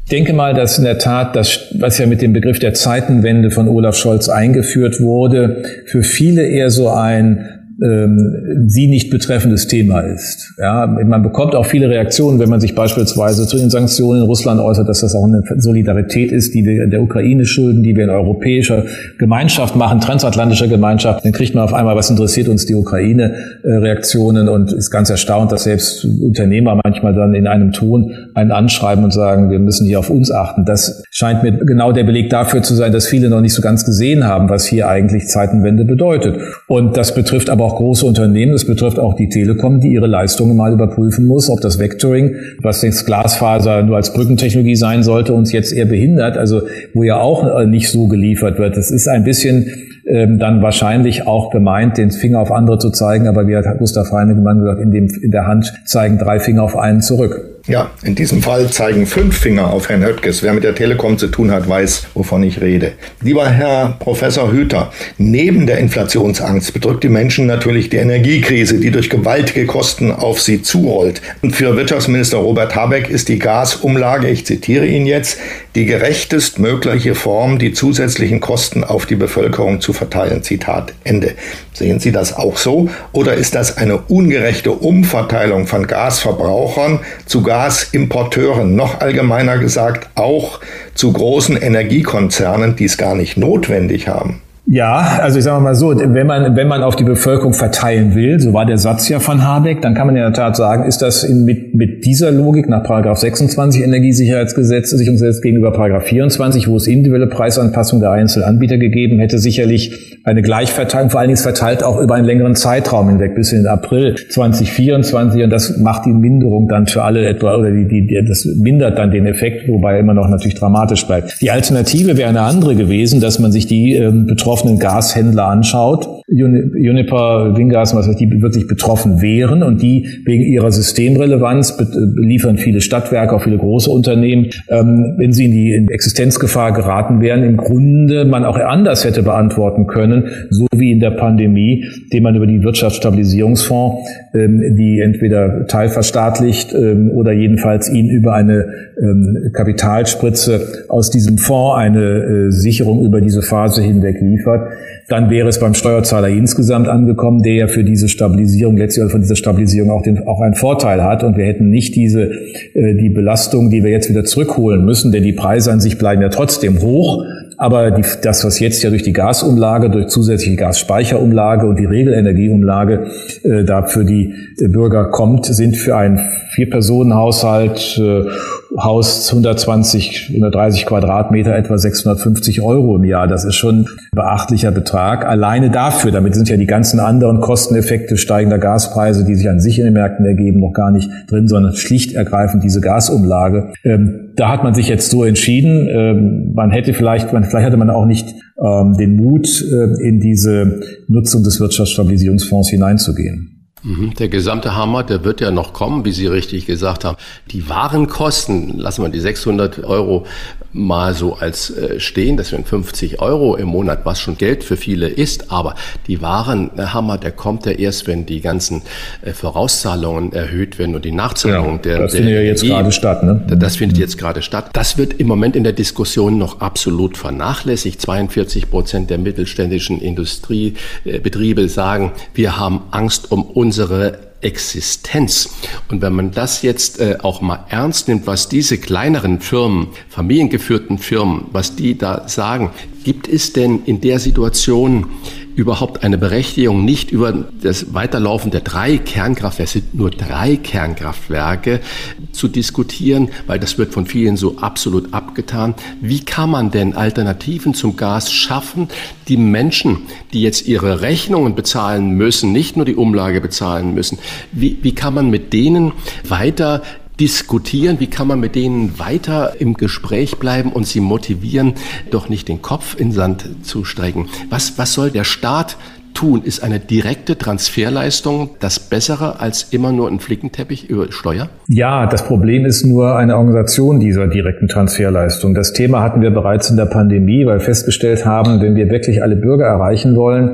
Ich denke mal, dass in der Tat das, was ja mit dem Begriff der Zeitenwende von Olaf Scholz eingeführt wurde, für viele eher so ein ähm, sie nicht betreffendes Thema ist. Ja, man bekommt auch viele Reaktionen, wenn man sich beispielsweise zu den Sanktionen in Russland äußert, dass das auch eine Solidarität ist, die wir in der Ukraine schulden, die wir in europäischer Gemeinschaft machen, transatlantischer Gemeinschaft. Dann kriegt man auf einmal, was interessiert uns die Ukraine, äh, Reaktionen und ist ganz erstaunt, dass selbst Unternehmer manchmal dann in einem Ton einen anschreiben und sagen, wir müssen hier auf uns achten. Das scheint mir genau der Beleg dafür zu sein, dass viele noch nicht so ganz gesehen haben, was hier eigentlich Zeitenwende bedeutet. Und das betrifft aber auch große Unternehmen, das betrifft auch die Telekom, die ihre Leistungen mal überprüfen muss, ob das Vectoring, was jetzt Glasfaser nur als Brückentechnologie sein sollte, uns jetzt eher behindert, also wo ja auch nicht so geliefert wird. Das ist ein bisschen ähm, dann wahrscheinlich auch gemeint, den Finger auf andere zu zeigen, aber wie hat Gustav Heinemann gesagt, in, dem, in der Hand zeigen drei Finger auf einen zurück. Ja, in diesem Fall zeigen fünf Finger auf Herrn Höttges. Wer mit der Telekom zu tun hat, weiß, wovon ich rede. Lieber Herr Professor Hüter, neben der Inflationsangst bedrückt die Menschen natürlich die Energiekrise, die durch gewaltige Kosten auf sie zurollt. Und für Wirtschaftsminister Robert Habeck ist die Gasumlage, ich zitiere ihn jetzt, die gerechtest mögliche Form, die zusätzlichen Kosten auf die Bevölkerung zu verteilen. Zitat Ende. Sehen Sie das auch so? Oder ist das eine ungerechte Umverteilung von Gasverbrauchern zu Gasimporteuren, noch allgemeiner gesagt auch zu großen Energiekonzernen, die es gar nicht notwendig haben? Ja, also ich sage mal so, wenn man wenn man auf die Bevölkerung verteilen will, so war der Satz ja von Habeck, dann kann man in der Tat sagen, ist das in, mit mit dieser Logik nach Paragraph sechsundzwanzig Energiesicherheitsgesetz, Sicherungsgesetz gegenüber Paragraph vierundzwanzig, wo es individuelle Preisanpassung der Einzelanbieter gegeben hätte, sicherlich eine Gleichverteilung, vor allen Dingen verteilt auch über einen längeren Zeitraum hinweg, bis in den April zwanzig vierundzwanzig, und das macht die Minderung dann für alle etwa, oder die, die, das mindert dann den Effekt, wobei immer noch natürlich dramatisch bleibt. Die Alternative wäre eine andere gewesen, dass man sich die ähm, betroffenen Gashändler anschaut. Uniper, Wingas, was weiß ich, die wirklich betroffen wären und die wegen ihrer Systemrelevanz beliefern viele Stadtwerke, auch viele große Unternehmen. Ähm, wenn sie in die in Existenzgefahr geraten wären, im Grunde man auch anders hätte beantworten können, so wie in der Pandemie, den man über die Wirtschaftsstabilisierungsfonds, ähm, die entweder teilverstaatlicht ähm, oder jedenfalls ihnen über eine ähm, Kapitalspritze aus diesem Fonds eine äh, Sicherung über diese Phase hinweg liefert. Dann wäre es beim Steuerzahler insgesamt angekommen, der ja für diese Stabilisierung, letztlich von dieser Stabilisierung auch, den, auch einen Vorteil hat. Und wir hätten nicht diese, äh, die Belastung, die wir jetzt wieder zurückholen müssen, denn die Preise an sich bleiben ja trotzdem hoch. Aber die, das, was jetzt ja durch die Gasumlage, durch zusätzliche Gasspeicherumlage und die Regelenergieumlage äh, da für die äh, Bürger kommt, sind für einen Vier-Personen-Haushalt, äh, Haus hundertzwanzig, hundertdreißig Quadratmeter, etwa sechshundertfünfzig Euro im Jahr. Das ist schon ein beachtlicher Betrag. Alleine dafür, damit sind ja die ganzen anderen Kosteneffekte steigender Gaspreise, die sich an sich in den Märkten ergeben, noch gar nicht drin, sondern schlicht ergreifend diese Gasumlage. Ähm, da hat man sich jetzt so entschieden. Ähm, man hätte vielleicht, man, vielleicht hatte man auch nicht ähm, den Mut, äh, in diese Nutzung des Wirtschaftsstabilisierungsfonds hineinzugehen. Der gesamte Hammer, der wird ja noch kommen, wie Sie richtig gesagt haben. Die Warenkosten, lassen wir die sechshundert Euro mal so als äh, stehen, das sind fünfzig Euro im Monat, was schon Geld für viele ist, aber die Warenhammer, der kommt ja erst, wenn die ganzen äh, Vorauszahlungen erhöht werden und die Nachzahlungen ja, der das der findet ja jetzt gerade statt, ne? Das findet jetzt gerade statt. Das wird im Moment in der Diskussion noch absolut vernachlässigt. zweiundvierzig Prozent der mittelständischen Industriebetriebe sagen, wir haben Angst um unsere Existenz. Und wenn man das jetzt äh, auch mal ernst nimmt, was diese kleineren Firmen, familiengeführten Firmen, was die da sagen, gibt es denn in der Situation überhaupt eine Berechtigung, nicht über das Weiterlaufen der drei Kernkraftwerke, es sind nur drei Kernkraftwerke, zu diskutieren, weil das wird von vielen so absolut abgetan. Wie kann man denn Alternativen zum Gas schaffen, die Menschen, die jetzt ihre Rechnungen bezahlen müssen, nicht nur die Umlage bezahlen müssen, wie, wie kann man mit denen weiter diskutieren, wie kann man mit denen weiter im Gespräch bleiben und sie motivieren, doch nicht den Kopf in den Sand zu strecken? Was, was soll der Staat tun? Ist eine direkte Transferleistung das Bessere als immer nur ein Flickenteppich über Steuer? Ja, das Problem ist nur eine Organisation dieser direkten Transferleistung. Das Thema hatten wir bereits in der Pandemie, weil wir festgestellt haben, wenn wir wirklich alle Bürger erreichen wollen,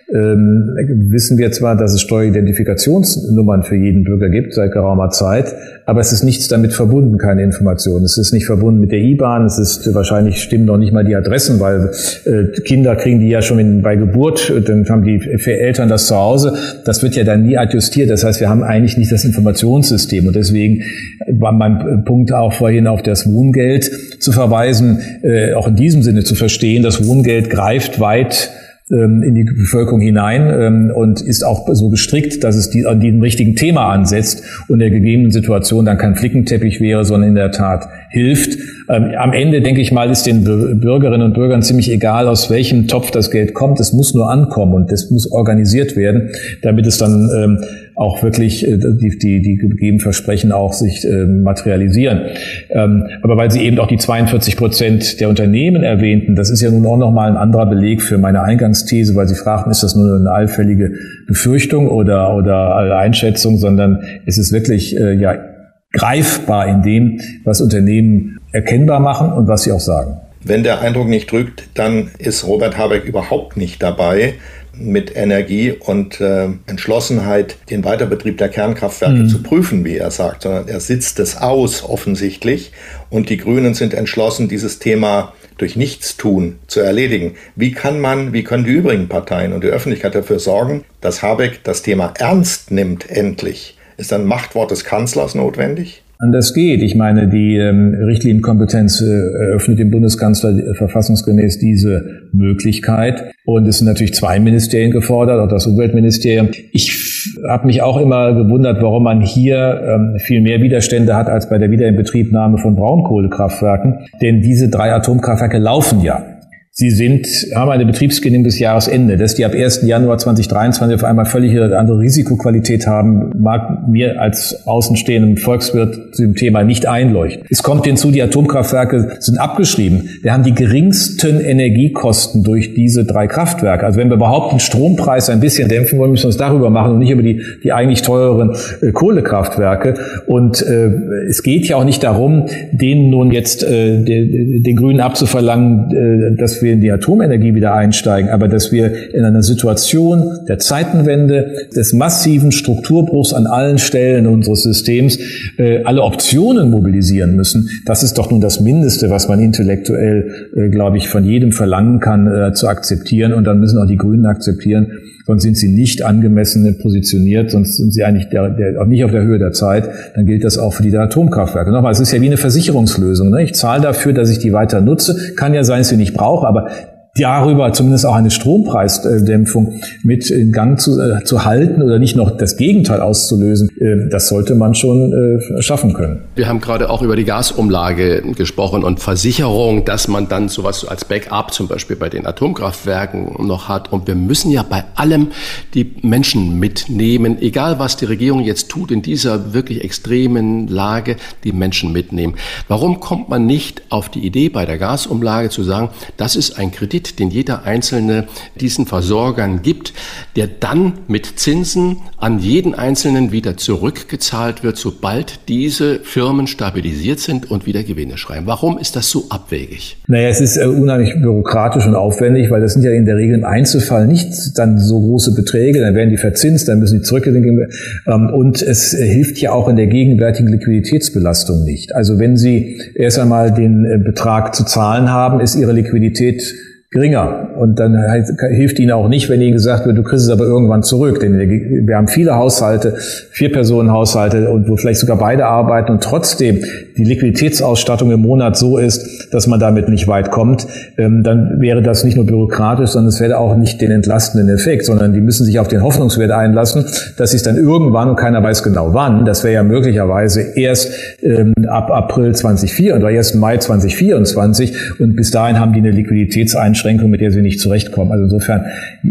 ähm, wissen wir zwar, dass es Steueridentifikationsnummern für jeden Bürger gibt seit geraumer Zeit, aber es ist nichts damit verbunden, keine Information. Es ist nicht verbunden mit der I B A N, es ist wahrscheinlich stimmen noch nicht mal die Adressen, weil äh, Kinder kriegen die ja schon in, bei Geburt, dann haben die Eltern das zu Hause. Das wird ja dann nie adjustiert. Das heißt, wir haben eigentlich nicht das Informationssystem und deswegen war mein Punkt auch vorhin auf das Wohngeld zu verweisen, äh, auch in diesem Sinne zu verstehen, das Wohngeld greift weit in die Bevölkerung hinein ähm, und ist auch so gestrickt, dass es die, an diesem richtigen Thema ansetzt und in der gegebenen Situation dann kein Flickenteppich wäre, sondern in der Tat hilft. Ähm, am Ende, denke ich mal, ist den Bürgerinnen und Bürgern ziemlich egal, aus welchem Topf das Geld kommt. Es muss nur ankommen und es muss organisiert werden, damit es dann ähm, auch wirklich äh, die, die, die gegebenen Versprechen auch sich äh, materialisieren. Ähm, aber weil Sie eben auch die zweiundvierzig Prozent der Unternehmen erwähnten, das ist ja nun auch nochmal ein anderer Beleg für meine Eingangsthese, weil Sie fragten, ist das nur eine allfällige Befürchtung oder, oder Einschätzung, sondern es ist wirklich äh, ja greifbar in dem, was Unternehmen erkennbar machen und was sie auch sagen. Wenn der Eindruck nicht trügt, dann ist Robert Habeck überhaupt nicht dabei, mit Energie und äh, Entschlossenheit den Weiterbetrieb der Kernkraftwerke mhm. zu prüfen, wie er sagt, sondern er sitzt es aus offensichtlich und die Grünen sind entschlossen, dieses Thema durch Nichtstun zu erledigen. Wie kann man, wie können die übrigen Parteien und die Öffentlichkeit dafür sorgen, dass Habeck das Thema ernst nimmt endlich? Ist ein Machtwort des Kanzlers notwendig? Das geht. Ich meine, die ähm, Richtlinienkompetenz äh, eröffnet dem Bundeskanzler äh, verfassungsgemäß diese Möglichkeit. Und es sind natürlich zwei Ministerien gefordert, auch das Umweltministerium. Ich habe mich auch immer gewundert, warum man hier ähm, viel mehr Widerstände hat als bei der Wiederinbetriebnahme von Braunkohlekraftwerken. Denn diese drei Atomkraftwerke laufen ja. Sie sind, haben eine Betriebsgenehmigung bis Jahresende. Dass die ab ersten Januar zweitausenddreiundzwanzig auf einmal völlig andere Risikoqualität haben, mag mir als außenstehendem Volkswirt zu dem Thema nicht einleuchten. Es kommt hinzu, die Atomkraftwerke sind abgeschrieben. Wir haben die geringsten Energiekosten durch diese drei Kraftwerke. Also wenn wir überhaupt den Strompreis ein bisschen dämpfen wollen, müssen wir uns darüber machen und nicht über die, die eigentlich teureren äh, Kohlekraftwerke. Und äh, es geht ja auch nicht darum, denen nun jetzt äh, den, den Grünen abzuverlangen, äh, dass wir in die Atomenergie wieder einsteigen, aber dass wir in einer Situation der Zeitenwende, des massiven Strukturbruchs an allen Stellen unseres Systems äh, alle Optionen mobilisieren müssen. Das ist doch nun das Mindeste, was man intellektuell, äh, glaube ich, von jedem verlangen kann, äh, zu akzeptieren. Und dann müssen auch die Grünen akzeptieren, sonst sind sie nicht angemessen positioniert, sonst sind sie eigentlich der, der, auch nicht auf der Höhe der Zeit. Dann gilt das auch für die Atomkraftwerke. Nochmal, es ist ja wie eine Versicherungslösung. Ne? Ich zahle dafür, dass ich die weiter nutze. Kann ja sein, dass ich sie nicht brauche, aber darüber zumindest auch eine Strompreisdämpfung mit in Gang zu, äh, zu halten oder nicht noch das Gegenteil auszulösen, äh, das sollte man schon äh, schaffen können. Wir haben gerade auch über die Gasumlage gesprochen und Versicherung, dass man dann sowas als Backup zum Beispiel bei den Atomkraftwerken noch hat. Und wir müssen ja bei allem die Menschen mitnehmen, egal was die Regierung jetzt tut in dieser wirklich extremen Lage, die Menschen mitnehmen. Warum kommt man nicht auf die Idee bei der Gasumlage zu sagen, das ist ein Kredit, den jeder Einzelne diesen Versorgern gibt, der dann mit Zinsen an jeden Einzelnen wieder zurückgezahlt wird, sobald diese Firmen stabilisiert sind und wieder Gewinne schreiben. Warum ist das so abwegig? Naja, es ist unheimlich bürokratisch und aufwendig, weil das sind ja in der Regel im Einzelfall nicht dann so große Beträge, dann werden die verzinst, dann müssen die zurückgegeben werden. Und es hilft ja auch in der gegenwärtigen Liquiditätsbelastung nicht. Also wenn Sie erst einmal den Betrag zu zahlen haben, ist Ihre Liquidität geringer. Und dann hilft Ihnen auch nicht, wenn Ihnen gesagt wird, du kriegst es aber irgendwann zurück. Denn wir haben viele Haushalte, Vier-Personen-Haushalte, und wo vielleicht sogar beide arbeiten und trotzdem die Liquiditätsausstattung im Monat so ist, dass man damit nicht weit kommt. Dann wäre das nicht nur bürokratisch, sondern es wäre auch nicht den entlastenden Effekt, sondern die müssen sich auf den Hoffnungswert einlassen, dass sie es dann irgendwann, und keiner weiß genau wann, das wäre ja möglicherweise erst ähm, ab April zweitausendvierundzwanzig oder erst Mai zweitausendvierundzwanzig, und bis dahin haben die eine Liquiditätseinschränkung, mit der sie nicht zurechtkommen. Also insofern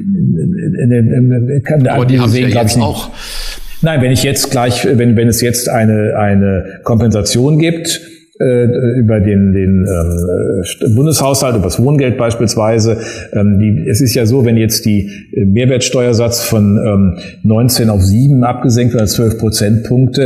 äh, kann aber die haben sehen, ja jetzt nicht. Auch. Nein, wenn ich jetzt gleich, wenn wenn es jetzt eine eine Kompensation gibt äh, über den den ähm, Bundeshaushalt, über das Wohngeld beispielsweise, ähm, die, es ist ja so, wenn jetzt die Mehrwertsteuersatz von ähm, neunzehn auf sieben abgesenkt wird, zwölf Prozentpunkte,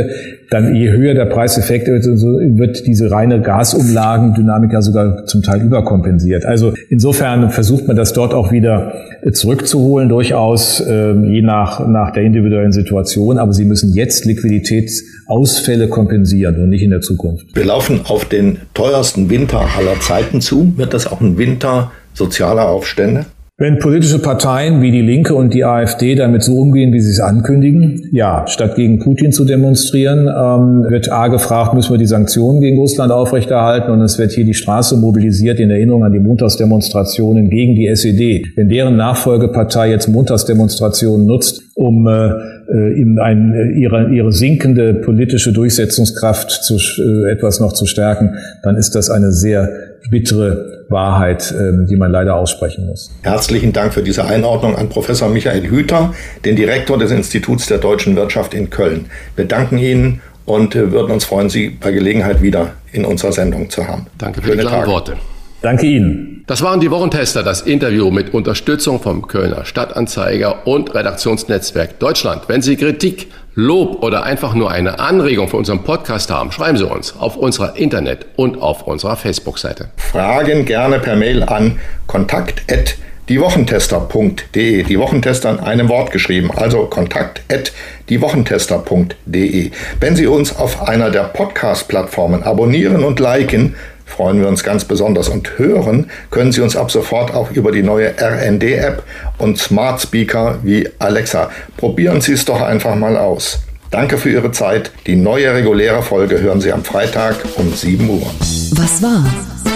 dann je höher der Preiseffekt wird, so wird diese reine Gasumlagendynamik ja sogar zum Teil überkompensiert. Also insofern versucht man das dort auch wieder zurückzuholen, durchaus äh, je nach, nach der individuellen Situation. Aber sie müssen jetzt Liquiditätsausfälle kompensieren und nicht in der Zukunft. Wir laufen auf den teuersten Winter aller Zeiten zu. Wird das auch ein Winter sozialer Aufstände? Wenn politische Parteien wie die Linke und die AfD damit so umgehen, wie sie es ankündigen, ja, statt gegen Putin zu demonstrieren, ähm, wird A gefragt, müssen wir die Sanktionen gegen Russland aufrechterhalten, und es wird hier die Straße mobilisiert in Erinnerung an die Montagsdemonstrationen gegen die S E D. Wenn deren Nachfolgepartei jetzt Montagsdemonstrationen nutzt, um äh, in ein, ihre, ihre sinkende politische Durchsetzungskraft zu, äh, etwas noch zu stärken, dann ist das eine sehr bittere Wahrheit, äh, die man leider aussprechen muss. Herzlichen Dank für diese Einordnung an Professor Michael Hüter, den Direktor des Instituts der deutschen Wirtschaft in Köln. Wir danken Ihnen und äh, würden uns freuen, Sie bei Gelegenheit wieder in unserer Sendung zu haben. Danke für die klaren Worte. Danke Ihnen. Das waren die Wochentester, das Interview mit Unterstützung vom Kölner Stadtanzeiger und Redaktionsnetzwerk Deutschland. Wenn Sie Kritik, Lob oder einfach nur eine Anregung für unseren Podcast haben, schreiben Sie uns auf unserer Internet- und auf unserer Facebook-Seite. Fragen gerne per Mail an kontakt at diewochentester punkt de. Die Wochentester in einem Wort geschrieben, also kontakt at diewochentester punkt de. Wenn Sie uns auf einer der Podcast-Plattformen abonnieren und liken, freuen wir uns ganz besonders, und hören können Sie uns ab sofort auch über die neue R N D-App und Smart Speaker wie Alexa. Probieren Sie es doch einfach mal aus. Danke für Ihre Zeit. Die neue reguläre Folge hören Sie am Freitag um sieben Uhr. Was war?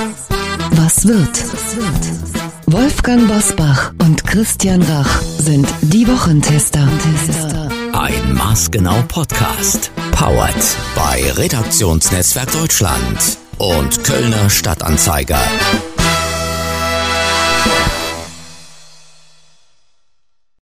Was wird? Wolfgang Bosbach und Christian Rach sind die Wochentester. Ein Maßgenau Podcast. Powered bei Redaktionsnetzwerk Deutschland und Kölner Stadtanzeiger.